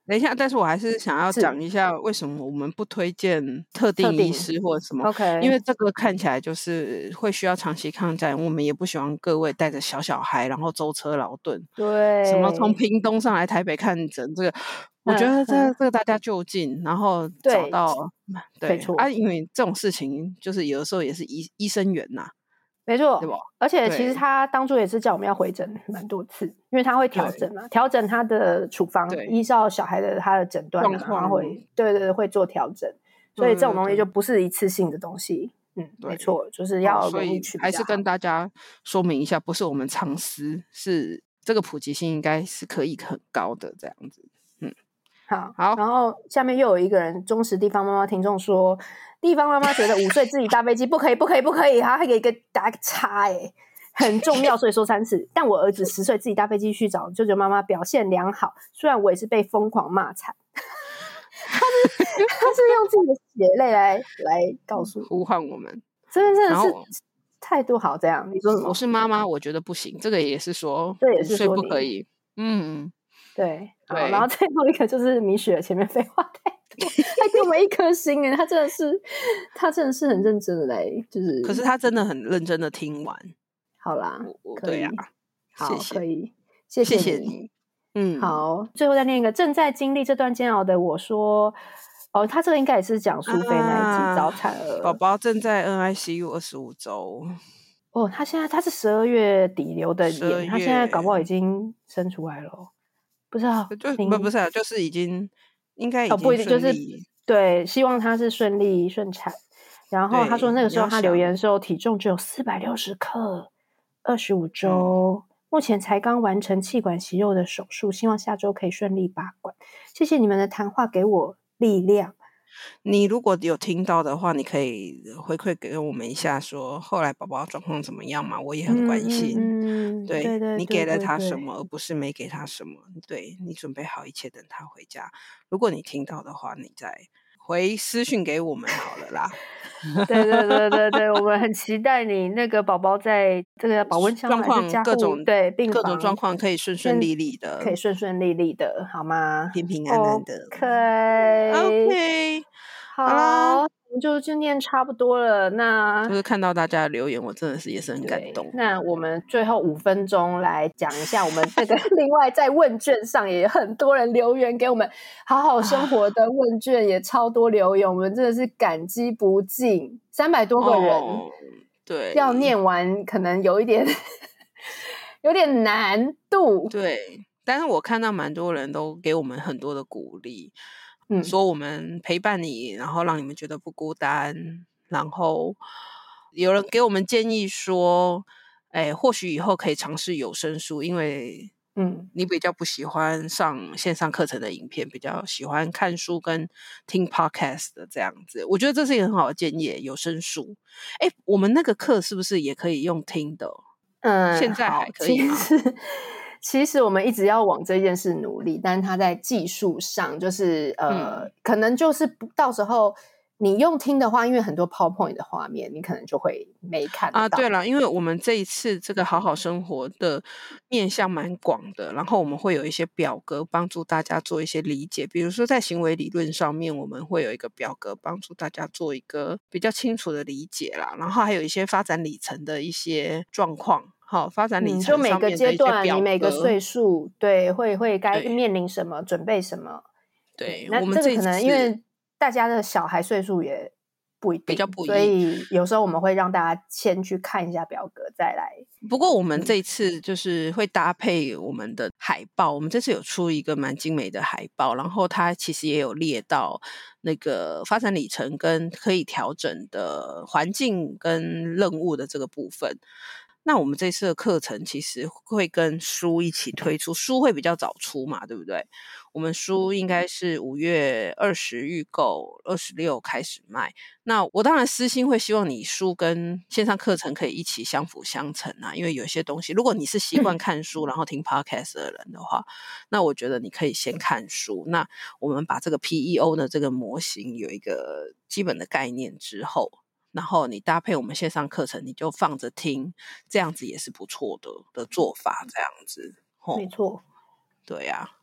等一下，但是我还是想要讲一下为什么我们不推荐特定医师或者什么。 OK， 因为这个看起来就是会需要长期抗战，我们也不希望各位带着小孩然后舟车劳顿， 对， 什么从屏东上来台北看诊，这个我觉得这个大家就近，然后找到对啊，因为这种事情就是有的时候也是医生缘呐。 没错， 对吧？ 而且其实他当初也是叫我们要回诊蛮多次，因为他会调整嘛，调整他的处方，依照小孩的他的诊断状况， 对会做调整，所以这种东西就不是一次性的东西。没错，就是要容易去， 还是跟大家说明一下，不是我们常识，是这个普及性应该是可以很高的这样子。 好，然后下面又有一个人忠实地方妈妈听众说，地方妈妈觉得5岁自己搭飞机不可以，他还给打个叉很重要，所以说3次。但我儿子10岁自己搭飞机去找舅舅妈妈，表现良好，虽然我也是被疯狂骂惨。他是用自己的血泪来告诉呼唤我们， 真的是态度好。这样你说什么？ 我是妈妈，我觉得不行，这个也是说5岁不可以。 对，然后最后一个就是米雪前面废话太多，还给我们1颗星他真的是很认真的就是可是他真的很认真的听完。 好啦， 对啊， 好，可以， 谢谢你。 好，最后再念一个正在经历这段煎熬的我说，他这个应该也是讲苏菲那一集早产儿， 宝宝正在 NICU 25周。 他现在他是12月底留的言，他现在搞不好已经生出来了。不知道， 不是就是已经应该已经不一定，就是对，希望他是顺利顺产。然后他说那个时候他留言的时候体重只有460克，25周，目前才刚完成气管息肉的手术，希望下周可以顺利拔管。谢谢你们的谈话给我力量。 你如果有听到的话，你可以回馈给我们一下，说后来宝宝状况怎么样嘛？我也很关心。对，你给了他什么，而不是没给他什么。对，你准备好一切等他回家。如果你听到的话，你再回私讯给我们好了啦。 对，我们很期待你那个宝宝在这个保温箱状况各种各种状况可以顺利利的， 可以顺利的，好吗？ 平平安安的。 OK， 好，我们就念差不多了。那就是看到大家的留言，我真的是也是很感动。 那我们最后5分钟来讲一下我们这个另外在问卷上也很多人留言给我们好好生活的问卷也超多留言，我们真的是感激不尽，300多个人。 对， 要念完可能有一点有点难度。 对，但是我看到蛮多人都给我们很多的鼓励。说我们陪伴你，然后让你们觉得不孤单，然后有人给我们建议说，或许以后可以尝试有声书，因为你比较不喜欢上线上课程的影片，比较喜欢看书跟听 podcast 的这样子。我觉得这是一个很好的建议，有声书。我们那个课是不是也可以用听的？现在还可以吗？ 其实我们一直要往这件事努力，但是它在技术上就是可能就是到时候你用听的话，因为很多 PowerPoint 的画面你可能就会没看到。 对了，因为我们这一次这个好好生活的面向蛮广的，然后我们会有一些表格帮助大家做一些理解，比如说在行为理论上面我们会有一个表格帮助大家做一个比较清楚的理解啦，然后还有一些发展里程的一些状况。好，发展里程就每个阶段你每个岁数对会该面临什么，准备什么。 对， 那我们这个可能因为大家的小孩岁数也不一定， 比较不一定， 所以有时候我们会让大家先去看一下表格再来。 不过我们这一次就是会搭配我们的海报，我们这次有出一个蛮精美的海报，然后它其实也有列到那个发展里程跟可以调整的环境跟任务的这个部分。那我们这次的课程其实会跟书一起推出，书会比较早出嘛，对不对？我们书应该是5月20预购，26开始卖。那我当然私心会希望你书跟线上课程可以一起相辅相成啊，因为有些东西如果你是习惯看书然后听 podcast 的人的话，那我觉得你可以先看书。那我们把这个 PEO 的这个模型有一个基本的概念之后，然后你搭配我们线上课程，你就放着听，这样子也是不错的做法，这样子。 没错， 对啊。 好，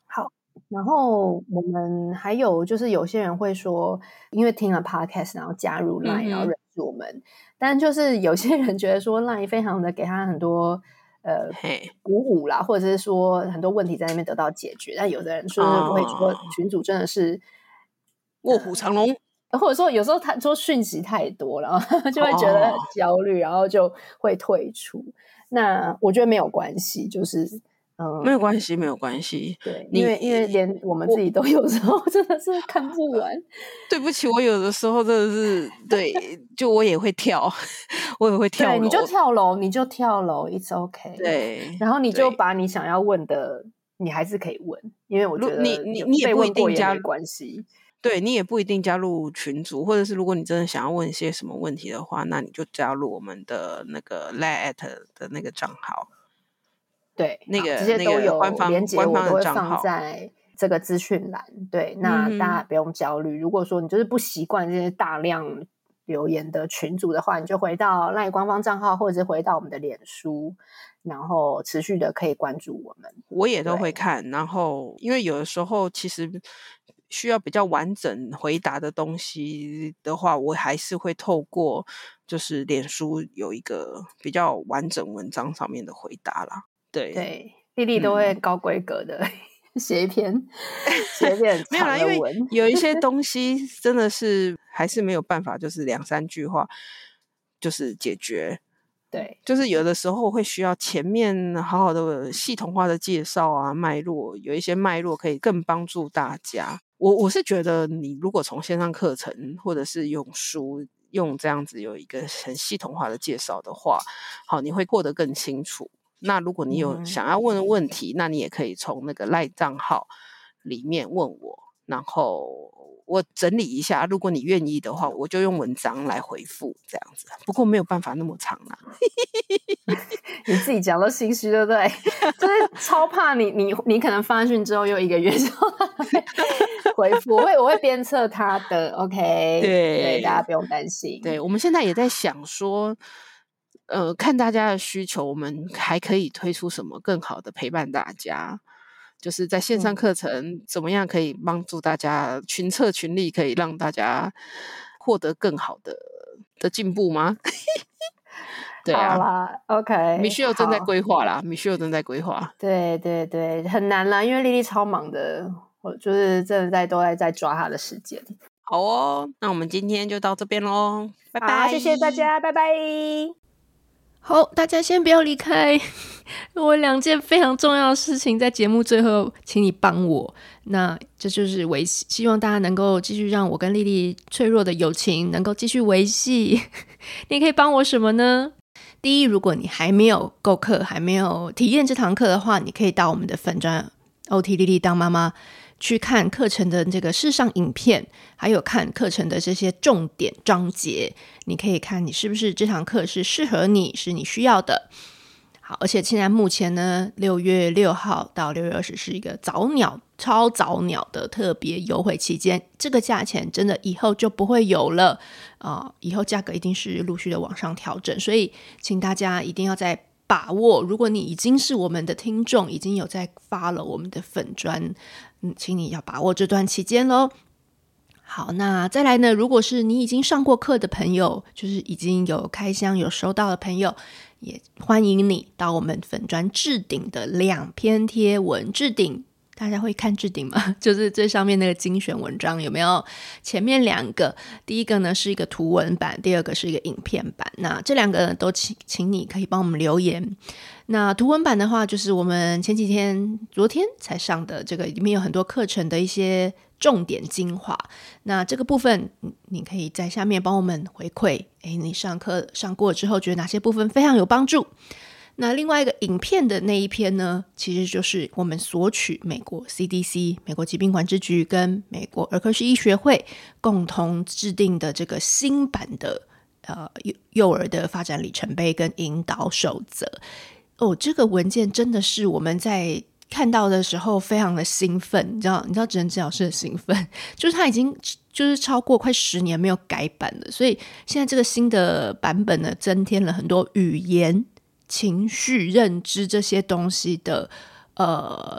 然后我们还有就是有些人会说，因为听了 podcast 然后加入 LINE 然后认识我们，但就是有些人觉得说 LINE 非常的给他很多鼓舞啦，或者是说很多问题在那边得到解决，但有的人说会说群组真的是卧虎藏龙， 或者说有时候他说讯息太多，然后就会觉得很焦虑，然后就会退出。那我觉得没有关系，就是没有关系，没有关系。 对，因为连我们自己都有时候真的是看不完。 对不起，我有的时候真的是对，就我也会跳，我也会跳楼。 对，你就跳楼，你就跳楼 ，it's okay。 对， 然后你就把你想要问的，你还是可以问，因为我觉得你也不一定加入关系。 对，你也不一定加入群组，或者是如果你真的想要问一些什么问题的话，那你就加入我们的那个 LINE@ 的那个账号。 对， 那个这些都有连结，我都会放在这个资讯栏。对，那大家不用焦虑。如果说你就是不习惯这些大量留言的群组的话，你就回到 LINE 官方账号，或者是回到我们的脸书，然后持续的可以关注我们。 我也都会看，然后因为有的时候其实需要比较完整回答的东西的话，我还是会透过就是脸书有一个比较完整文章上面的回答啦。 对，丽丽都会高规格的写一篇没有啦，因为有一些东西真的是还是没有办法，就是2-3句话就是解决。 对， 就是有的时候会需要前面好好的系统化的介绍啊，脉络，有一些脉络可以更帮助大家。我是觉得你如果从线上课程或者是用书用这样子有一个很系统化的介绍的话，好，你会过得更清楚。那如果你有想要问的问题，那你也可以从那个 LINE 账号里面问我，然后我整理一下，如果你愿意的话，我就用文章来回复这样子。不过没有办法那么长啦。 你自己讲都心虚，对不对？就是超怕你可能发讯之后又1个月之后回复，我会鞭策他的 ，OK？ 对，大家不用担心。 对，我们现在也在想说。看大家的需求，我们还可以推出什么更好的陪伴大家，就是在线上课程怎么样可以帮助大家群策群力，可以让大家获得更好的进步吗？对啊， 好啦 OK， Michelle 正在规划啦，Michelle 正在规划。 对对对，很难啦，因为丽丽超忙的，我就是真的都在抓她的时间。 好哦，那我们今天就到这边咯，拜拜。 谢谢大家，拜拜。 好，大家先不要离开，我2件非常重要的事情在节目最后，请你帮我。那这就是希望大家能够继续让我跟丽丽脆弱的友情能够继续维系。你可以帮我什么呢？第一，如果你还没有购课，还没有体验这堂课的话，你可以到我们的粉专 OT 丽丽当妈妈去看课程的这个视上影片，还有看课程的这些重点章节，你可以看你是不是这堂课是适合你，是你需要的。好，而且现在目前呢，6月6号到6月20是一个超早鸟的特别优惠期间，这个价钱真的以后就不会有了以后价格一定是陆续的往上调整，所以请大家一定要在把握。如果你已经是我们的听众，已经有在follow我们的粉专，请你要把握这段期间咯。好，那再来呢，如果是你已经上过课的朋友，就是已经有开箱有收到的朋友，也欢迎你到我们粉专置顶的2篇贴文。置顶大家会看置顶吗？就是最上面那个精选文章有没有？前面2个，第一个呢是一个图文版，第二个是一个影片版。那这2个呢都请你可以帮我们留言。那图文版的话，就是我们昨天才上的，这个里面有很多课程的一些重点精华。那这个部分你可以在下面帮我们回馈，你上课上过之后觉得哪些部分非常有帮助。那另外一个影片的那一篇呢，其实就是我们索取美国 CDC 美国疾病管制局跟美国儿科学医学会共同制定的这个新版的幼儿的发展里程碑跟引导守则。这个文件真的是我们在看到的时候非常的兴奋，你知道职能治疗师的兴奋，就是它已经就是超过快10年没有改版了，所以现在这个新的版本呢，增添了很多语言、情绪、认知这些东西的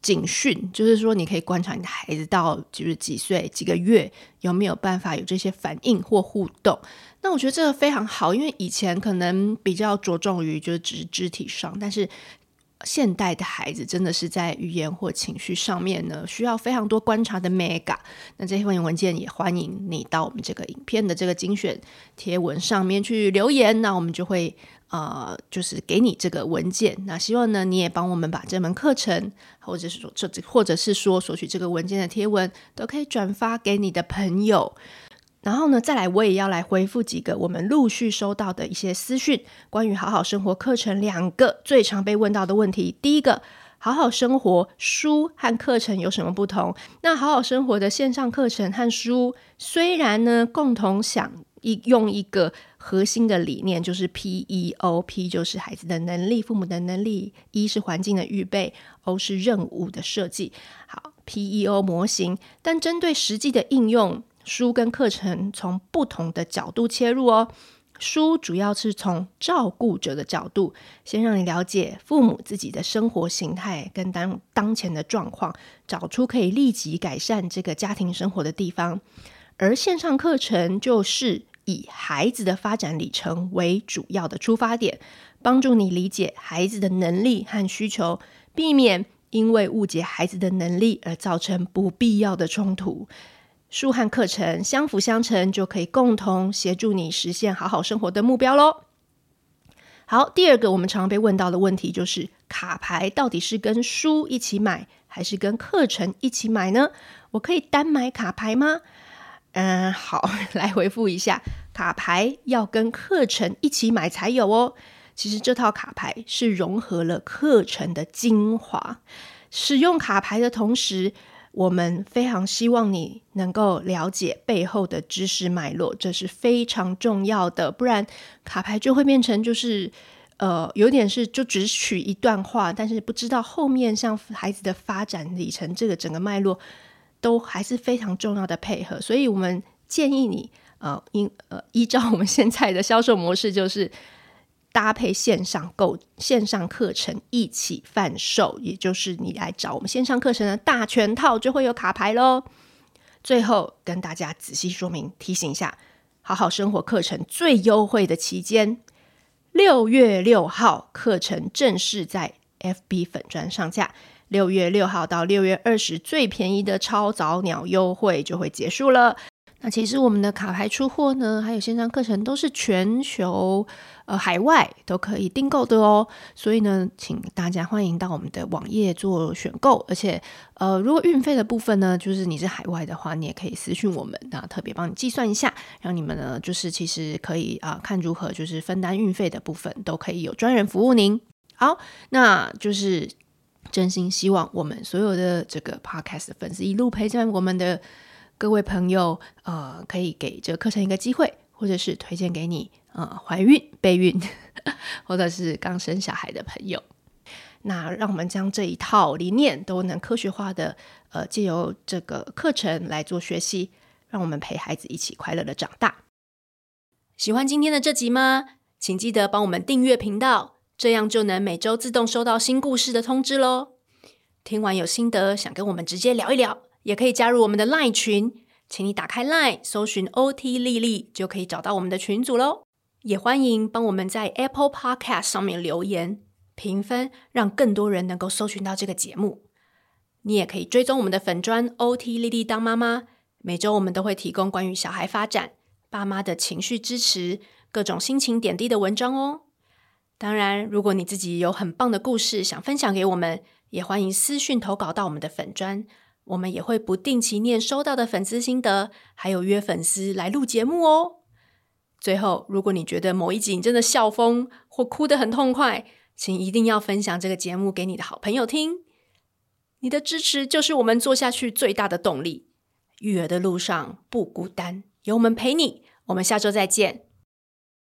警讯，就是说你可以观察你的孩子到就是几岁几个月有没有办法有这些反应或互动。那我觉得这个非常好，因为以前可能比较着重于就是只是肢体上，但是现代的孩子真的是在语言或情绪上面呢，需要非常多观察的 mega。那这份文件也欢迎你到我们这个影片的这个精选贴文上面去留言，那我们就会就是给你这个文件。那希望呢，你也帮我们把这门课程，或者是说索取这个文件的贴文，都可以转发给你的朋友。然后呢，再来我也要来回复几个我们陆续收到的一些私讯，关于好好生活课程2个最常被问到的问题。第一个，好好生活书和课程有什么不同？那好好生活的线上课程和书虽然呢共同用一个核心的理念，就是 PEO，P 就是孩子的能力、父母的能力，E 是环境的预备， O 是任务的设计。好， PEO 模型，但针对实际的应用，书跟课程从不同的角度切入哦。书主要是从照顾者的角度，先让你了解父母自己的生活形态跟当前的状况，找出可以立即改善这个家庭生活的地方。而线上课程就是以孩子的发展里程为主要的出发点，帮助你理解孩子的能力和需求，避免因为误解孩子的能力而造成不必要的冲突。书和课程相辅相成，就可以共同协助你实现好好生活的目标咯。好，第二个我们常常被问到的问题就是卡牌到底是跟书一起买还是跟课程一起买呢？我可以单买卡牌吗？好，来回复一下，卡牌要跟课程一起买才有哦。其实这套卡牌是融合了课程的精华，使用卡牌的同时，我们非常希望你能够了解背后的知识脉络，这是非常重要的，不然卡牌就会变成就是有点是就只取一段话，但是不知道后面像孩子的发展里程这个整个脉络都还是非常重要的配合。所以我们建议你依照我们现在的销售模式，就是搭配线上课程一起贩售，也就是你来找我们线上课程的大全套就会有卡牌咯。最后跟大家仔细说明提醒一下，好好生活课程最优惠的期间，6月6号课程正式在 FB 粉专上架，6月6号到6月20最便宜的超早鸟优惠就会结束了。那其实我们的卡牌出货呢，还有线上课程都是全球海外都可以订购的哦。所以呢，请大家欢迎到我们的网页做选购，而且如果运费的部分呢，就是你是海外的话，你也可以私讯我们，那特别帮你计算一下，让你们呢就是其实可以看如何就是分担运费的部分，都可以有专人服务您。好，那就是真心希望我们所有的这个 podcast 的粉丝一路陪伴我们的各位朋友，可以给这个课程一个机会，或者是推荐给你怀孕、备孕或者是刚生小孩的朋友。那让我们将这一套理念都能科学化的藉由这个课程来做学习，让我们陪孩子一起快乐的长大。喜欢今天的这集吗？请记得帮我们订阅频道，这样就能每周自动收到新故事的通知咯。听完有心得想跟我们直接聊一聊，也可以加入我们的 LINE 群，请你打开 LINE 搜寻 OT 丽丽就可以找到我们的群组咯。也欢迎帮我们在 Apple Podcast 上面留言评分，让更多人能够搜寻到这个节目。你也可以追踪我们的粉专 OT 丽丽当妈妈，每周我们都会提供关于小孩发展、爸妈的情绪支持、各种心情点滴的文章哦。当然，如果你自己有很棒的故事想分享给我们，也欢迎私讯投稿到我们的粉专，我们也会不定期念收到的粉丝心得，还有约粉丝来录节目哦。最后，如果你觉得某一集你真的笑疯或哭得很痛快，请一定要分享这个节目给你的好朋友听。你的支持就是我们做下去最大的动力。育儿的路上不孤单，有我们陪你。我们下周再见，